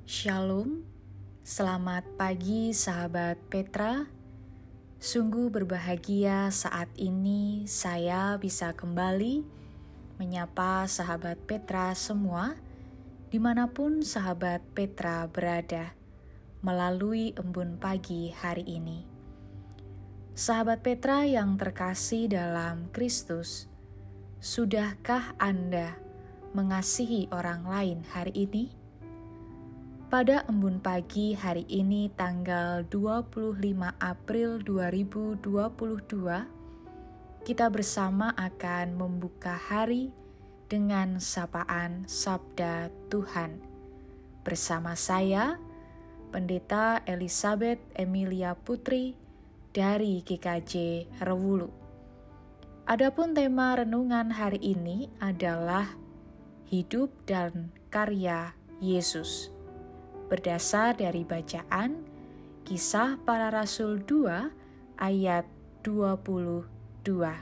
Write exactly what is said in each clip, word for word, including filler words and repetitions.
Shalom, selamat pagi sahabat Petra. Sungguh berbahagia saat ini saya bisa kembali menyapa sahabat Petra semua, dimanapun sahabat Petra berada, melalui embun pagi hari ini. Sahabat Petra yang terkasih dalam Kristus, sudahkah Anda mengasihi orang lain hari ini? Pada embun pagi hari ini tanggal dua puluh lima April dua ribu dua puluh dua, kita bersama akan membuka hari dengan sapaan Sabda Tuhan. Bersama saya, Pendeta Elizabeth Emilia Putri dari G K J Rewulu. Adapun tema renungan hari ini adalah hidup dan karya Yesus. Berdasar dari bacaan Kisah Para Rasul dua ayat dua puluh dua.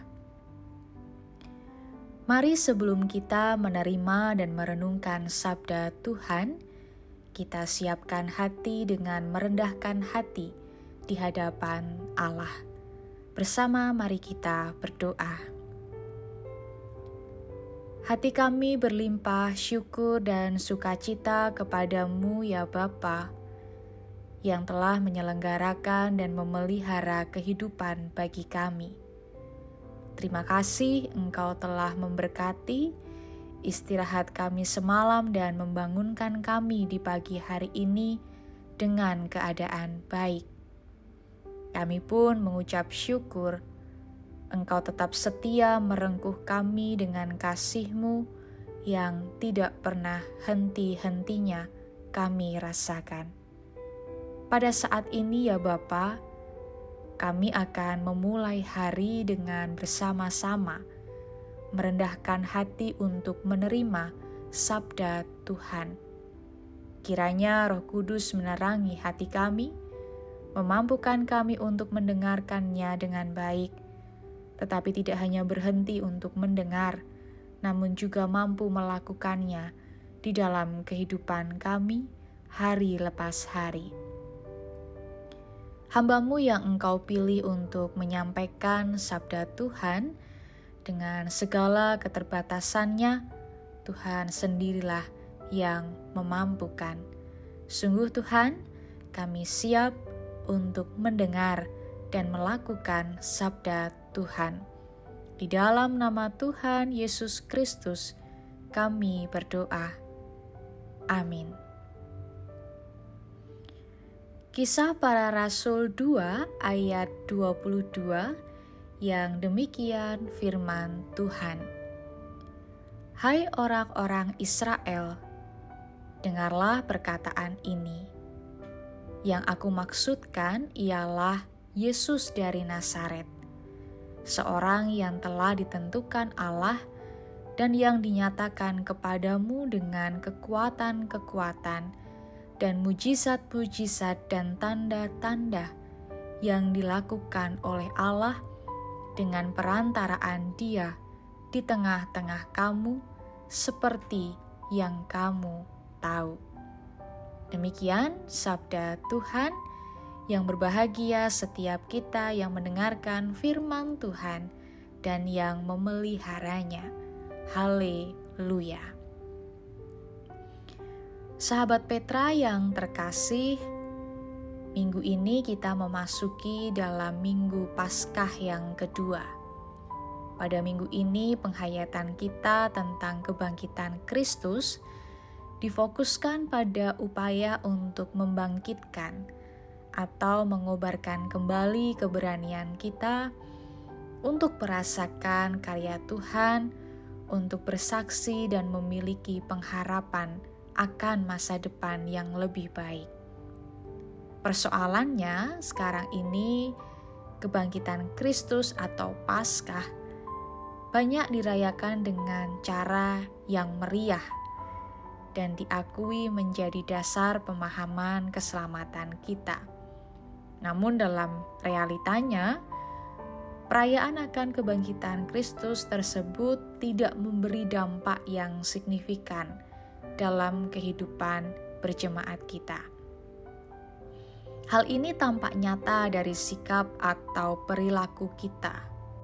Mari sebelum kita menerima dan merenungkan sabda Tuhan, kita siapkan hati dengan merendahkan hati di hadapan Allah. Bersama mari kita berdoa. Hati kami berlimpah syukur dan sukacita kepadamu ya Bapa, yang telah menyelenggarakan dan memelihara kehidupan bagi kami. Terima kasih Engkau telah memberkati istirahat kami semalam dan membangunkan kami di pagi hari ini dengan keadaan baik. Kami pun mengucap syukur Engkau tetap setia merengkuh kami dengan kasih-Mu yang tidak pernah henti-hentinya kami rasakan. Pada saat ini ya Bapa, kami akan memulai hari dengan bersama-sama merendahkan hati untuk menerima sabda Tuhan. Kiranya Roh Kudus menerangi hati kami, memampukan kami untuk mendengarkannya dengan baik, tetapi tidak hanya berhenti untuk mendengar, namun juga mampu melakukannya di dalam kehidupan kami hari lepas hari. Hamba-Mu yang Engkau pilih untuk menyampaikan sabda Tuhan dengan segala keterbatasannya, Tuhan sendirilah yang memampukan. Sungguh Tuhan, kami siap untuk mendengar dan melakukan sabda Tuhan. Di dalam nama Tuhan Yesus Kristus, kami berdoa. Amin. Kisah Para Rasul dua ayat dua puluh dua yang demikian firman Tuhan. Hai orang-orang Israel, dengarlah perkataan ini. Yang aku maksudkan ialah Yesus dari Nazaret, seorang yang telah ditentukan Allah dan yang dinyatakan kepadamu dengan kekuatan-kekuatan dan mujizat-mujizat dan tanda-tanda yang dilakukan oleh Allah dengan perantaraan Dia di tengah-tengah kamu seperti yang kamu tahu. Demikian sabda Tuhan. Yang berbahagia setiap kita yang mendengarkan firman Tuhan dan yang memeliharanya. Haleluya. Sahabat Petra yang terkasih, minggu ini kita memasuki dalam minggu Paskah yang kedua. Pada minggu ini penghayatan kita tentang kebangkitan Kristus difokuskan pada upaya untuk membangkitkan atau mengobarkan kembali keberanian kita untuk merasakan karya Tuhan, untuk bersaksi dan memiliki pengharapan akan masa depan yang lebih baik. Persoalannya sekarang ini kebangkitan Kristus atau Paskah banyak dirayakan dengan cara yang meriah dan diakui menjadi dasar pemahaman keselamatan kita. Namun dalam realitanya, perayaan akan kebangkitan Kristus tersebut tidak memberi dampak yang signifikan dalam kehidupan berjemaat kita. Hal ini tampak nyata dari sikap atau perilaku kita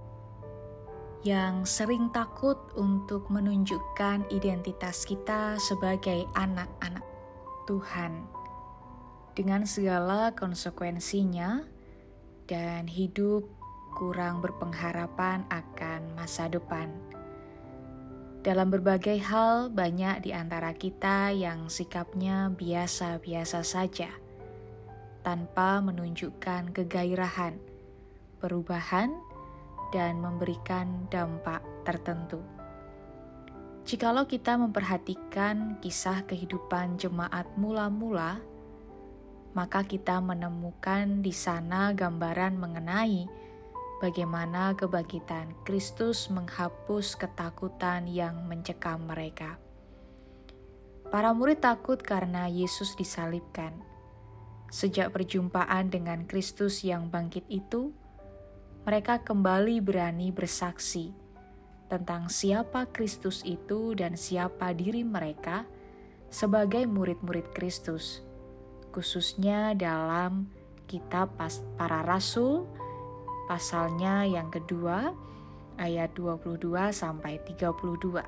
yang sering takut untuk menunjukkan identitas kita sebagai anak-anak Tuhan dengan segala konsekuensinya, dan hidup kurang berpengharapan akan masa depan. Dalam berbagai hal, banyak di antara kita yang sikapnya biasa-biasa saja, tanpa menunjukkan kegairahan, perubahan, dan memberikan dampak tertentu. Jikalau kita memperhatikan kisah kehidupan jemaat mula-mula, maka kita menemukan di sana gambaran mengenai bagaimana kebangkitan Kristus menghapus ketakutan yang mencekam mereka. Para murid takut karena Yesus disalibkan. Sejak perjumpaan dengan Kristus yang bangkit itu, mereka kembali berani bersaksi tentang siapa Kristus itu dan siapa diri mereka sebagai murid-murid Kristus, khususnya dalam kitab Para Rasul, pasalnya yang kedua, ayat dua puluh dua sampai tiga puluh dua.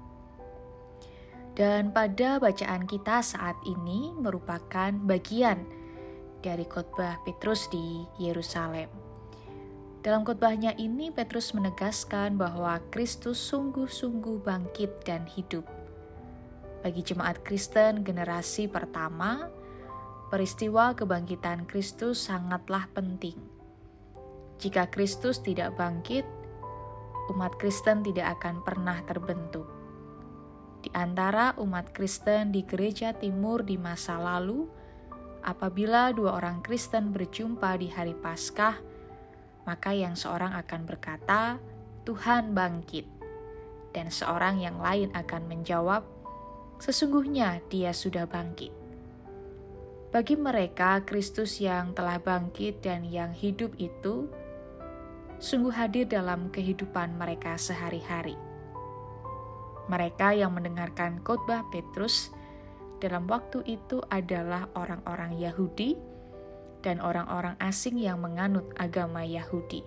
Dan pada bacaan kita saat ini merupakan bagian dari khotbah Petrus di Yerusalem. Dalam khotbahnya ini, Petrus menegaskan bahwa Kristus sungguh-sungguh bangkit dan hidup. Bagi jemaat Kristen generasi pertama, peristiwa kebangkitan Kristus sangatlah penting. Jika Kristus tidak bangkit, umat Kristen tidak akan pernah terbentuk. Di antara umat Kristen di gereja timur di masa lalu, apabila dua orang Kristen berjumpa di hari Paskah, maka yang seorang akan berkata, "Tuhan bangkit." Dan seorang yang lain akan menjawab, "Sesungguhnya dia sudah bangkit." Bagi mereka, Kristus yang telah bangkit dan yang hidup itu sungguh hadir dalam kehidupan mereka sehari-hari. Mereka yang mendengarkan khotbah Petrus dalam waktu itu adalah orang-orang Yahudi dan orang-orang asing yang menganut agama Yahudi.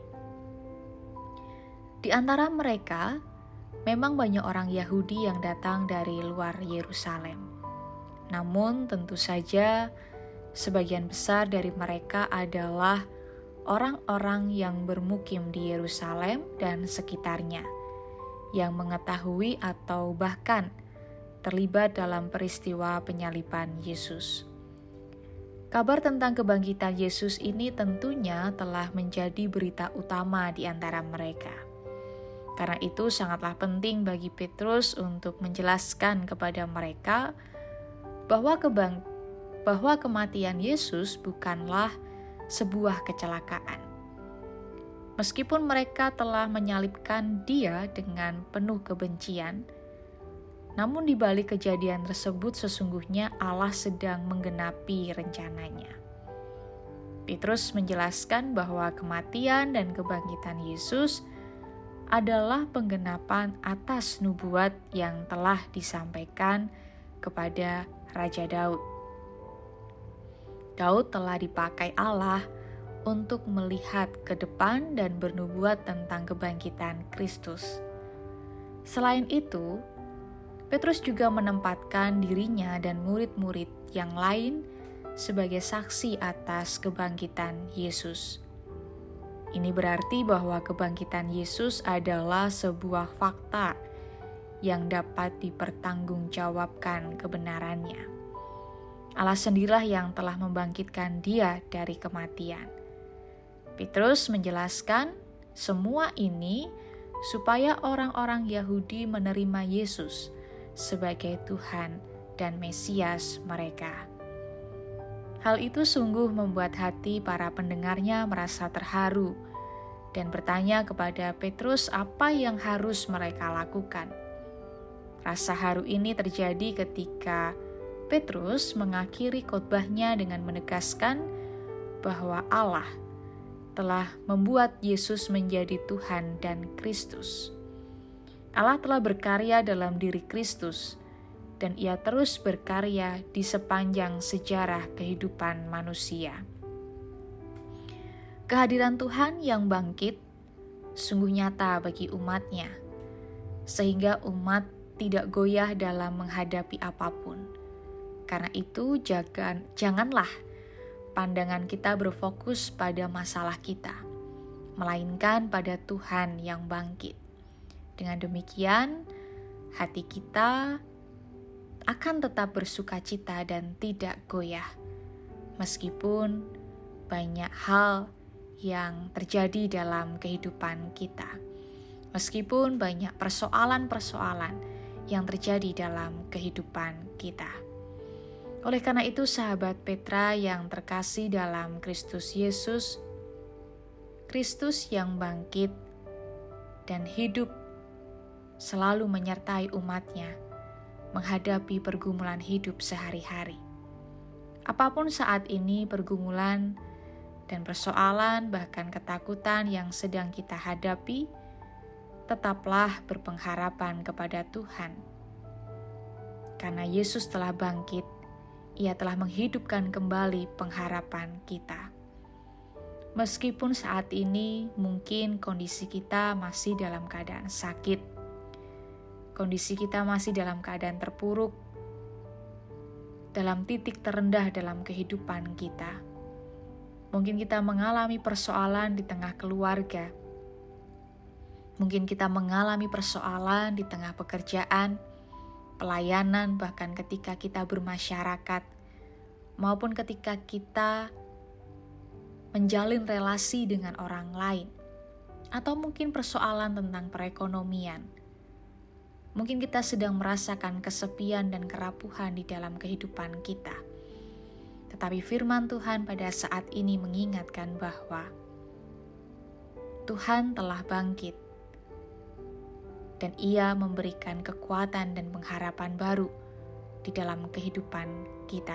Di antara mereka, memang banyak orang Yahudi yang datang dari luar Yerusalem. Namun tentu saja sebagian besar dari mereka adalah orang-orang yang bermukim di Yerusalem dan sekitarnya, yang mengetahui atau bahkan terlibat dalam peristiwa penyaliban Yesus. Kabar tentang kebangkitan Yesus ini tentunya telah menjadi berita utama di antara mereka. Karena itu sangatlah penting bagi Petrus untuk menjelaskan kepada mereka bahwa kebang bahwa kematian Yesus bukanlah sebuah kecelakaan. Meskipun mereka telah menyalibkan Dia dengan penuh kebencian, namun di balik kejadian tersebut sesungguhnya Allah sedang menggenapi rencananya. Petrus menjelaskan bahwa kematian dan kebangkitan Yesus adalah penggenapan atas nubuat yang telah disampaikan kepada Raja Daud. Daud telah dipakai Allah untuk melihat ke depan dan bernubuat tentang kebangkitan Kristus. Selain itu, Petrus juga menempatkan dirinya dan murid-murid yang lain sebagai saksi atas kebangkitan Yesus. Ini berarti bahwa kebangkitan Yesus adalah sebuah fakta yang dapat dipertanggungjawabkan kebenarannya. Allah sendirilah yang telah membangkitkan Dia dari kematian. Petrus menjelaskan semua ini supaya orang-orang Yahudi menerima Yesus sebagai Tuhan dan Mesias mereka. Hal itu sungguh membuat hati para pendengarnya merasa terharu dan bertanya kepada Petrus apa yang harus mereka lakukan. Rasa haru ini terjadi ketika Petrus mengakhiri khotbahnya dengan menegaskan bahwa Allah telah membuat Yesus menjadi Tuhan dan Kristus. Allah telah berkarya dalam diri Kristus dan Ia terus berkarya di sepanjang sejarah kehidupan manusia. Kehadiran Tuhan yang bangkit sungguh nyata bagi umat-Nya, sehingga umat tidak goyah dalam menghadapi apapun. Karena itu, jangan, janganlah pandangan kita berfokus pada masalah kita, melainkan pada Tuhan yang bangkit. Dengan demikian, hati kita akan tetap bersukacita dan tidak goyah, meskipun banyak hal yang terjadi dalam kehidupan kita, meskipun banyak persoalan-persoalan yang terjadi dalam kehidupan kita. Oleh karena itu, sahabat Petra yang terkasih dalam Kristus Yesus, Kristus yang bangkit dan hidup selalu menyertai umat-Nya menghadapi pergumulan hidup sehari-hari. Apapun saat ini pergumulan dan persoalan, bahkan ketakutan yang sedang kita hadapi, tetaplah berpengharapan kepada Tuhan. Karena Yesus telah bangkit, Ia telah menghidupkan kembali pengharapan kita. Meskipun saat ini mungkin kondisi kita masih dalam keadaan sakit, kondisi kita masih dalam keadaan terpuruk, dalam titik terendah dalam kehidupan kita. Mungkin kita mengalami persoalan di tengah keluarga. Mungkin kita mengalami persoalan di tengah pekerjaan, pelayanan, bahkan ketika kita bermasyarakat, maupun ketika kita menjalin relasi dengan orang lain, atau mungkin persoalan tentang perekonomian. Mungkin kita sedang merasakan kesepian dan kerapuhan di dalam kehidupan kita. Tetapi firman Tuhan pada saat ini mengingatkan bahwa Tuhan telah bangkit dan Ia memberikan kekuatan dan pengharapan baru di dalam kehidupan kita.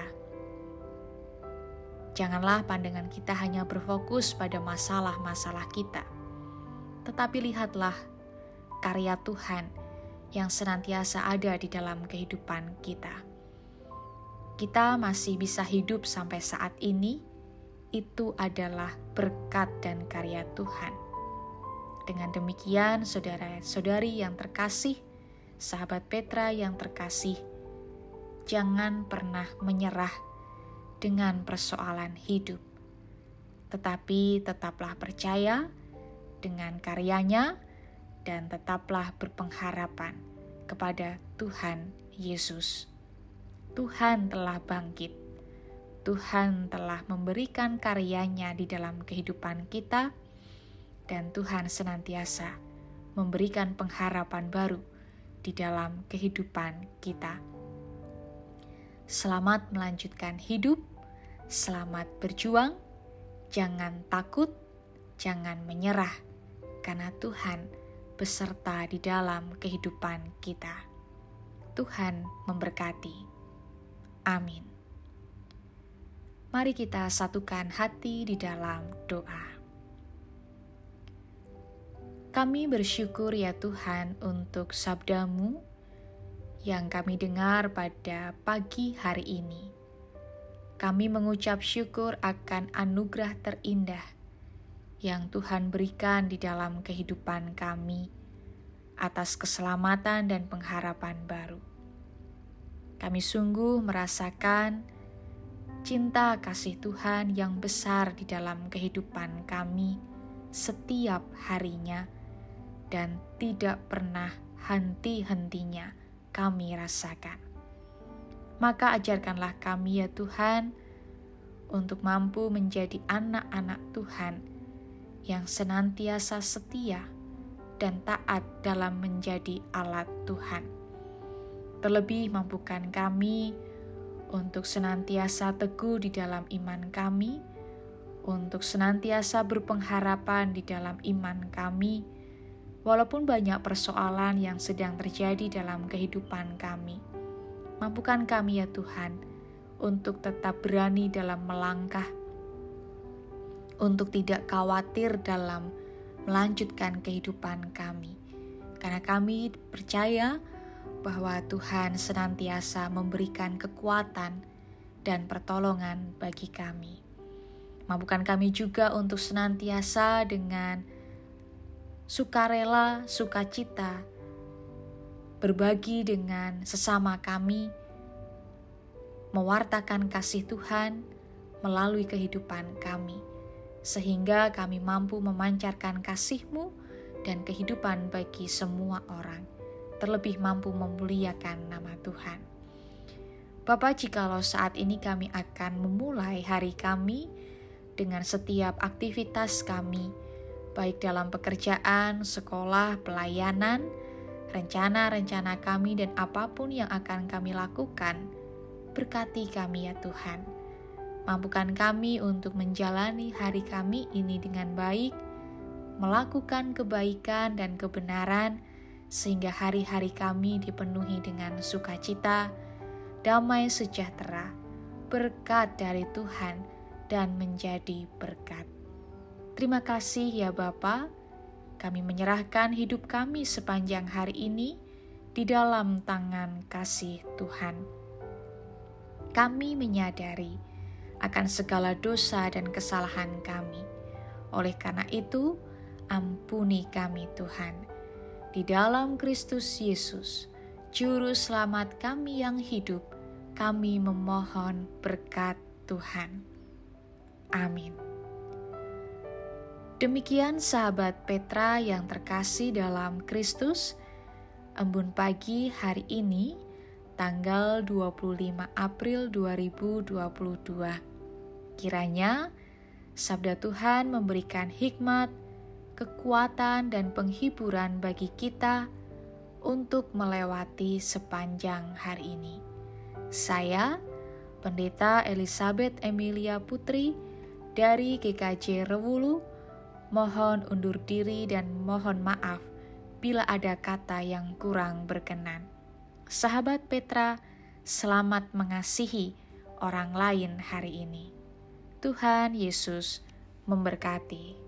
Janganlah pandangan kita hanya berfokus pada masalah-masalah kita, tetapi lihatlah karya Tuhan yang senantiasa ada di dalam kehidupan kita. Kita masih bisa hidup sampai saat ini, itu adalah berkat dan karya Tuhan. Dengan demikian, saudara-saudari yang terkasih, sahabat Petra yang terkasih, jangan pernah menyerah dengan persoalan hidup, tetapi tetaplah percaya dengan karyanya dan tetaplah berpengharapan kepada Tuhan Yesus. Tuhan telah bangkit. Tuhan telah memberikan karyanya di dalam kehidupan kita, dan Tuhan senantiasa memberikan pengharapan baru di dalam kehidupan kita. Selamat melanjutkan hidup, selamat berjuang, jangan takut, jangan menyerah, karena Tuhan beserta di dalam kehidupan kita. Tuhan memberkati. Amin. Mari kita satukan hati di dalam doa. Kami bersyukur ya Tuhan untuk sabda-Mu yang kami dengar pada pagi hari ini. Kami mengucap syukur akan anugerah terindah yang Tuhan berikan di dalam kehidupan kami atas keselamatan dan pengharapan baru. Kami sungguh merasakan cinta kasih Tuhan yang besar di dalam kehidupan kami setiap harinya dan tidak pernah henti-hentinya kami rasakan. Maka ajarkanlah kami ya Tuhan untuk mampu menjadi anak-anak Tuhan yang senantiasa setia dan taat dalam menjadi alat Tuhan. Terlebih mampukan kami untuk senantiasa teguh di dalam iman kami, untuk senantiasa berpengharapan di dalam iman kami, walaupun banyak persoalan yang sedang terjadi dalam kehidupan kami. Mampukan kami ya Tuhan untuk tetap berani dalam melangkah, untuk tidak khawatir dalam melanjutkan kehidupan kami. Karena kami percaya bahwa Tuhan senantiasa memberikan kekuatan dan pertolongan bagi kami. Mampukan kami juga untuk senantiasa dengan sukarela, sukacita, berbagi dengan sesama kami, mewartakan kasih Tuhan melalui kehidupan kami, sehingga kami mampu memancarkan kasih-Mu dan kehidupan bagi semua orang, terlebih mampu memuliakan nama Tuhan. Bapa, jikalau saat ini kami akan memulai hari kami dengan setiap aktivitas kami, baik dalam pekerjaan, sekolah, pelayanan, rencana-rencana kami dan apapun yang akan kami lakukan, berkati kami ya Tuhan. Mampukan kami untuk menjalani hari kami ini dengan baik, melakukan kebaikan dan kebenaran, sehingga hari-hari kami dipenuhi dengan sukacita, damai sejahtera, berkat dari Tuhan, dan menjadi berkat. Terima kasih ya Bapa. Kami menyerahkan hidup kami sepanjang hari ini di dalam tangan kasih Tuhan. Kami menyadari akan segala dosa dan kesalahan kami. Oleh karena itu, ampuni kami Tuhan. Di dalam Kristus Yesus, Juru Selamat kami yang hidup, kami memohon berkat Tuhan. Amin. Demikian sahabat Petra yang terkasih dalam Kristus, embun pagi hari ini, tanggal dua puluh lima April dua ribu dua puluh dua. Kiranya sabda Tuhan memberikan hikmat, kekuatan, dan penghiburan bagi kita untuk melewati sepanjang hari ini. Saya, Pendeta Elizabeth Emilia Putri dari G K J Rewulu, mohon undur diri dan mohon maaf bila ada kata yang kurang berkenan. Sahabat Petra, selamat mengasihi orang lain hari ini. Tuhan Yesus memberkati.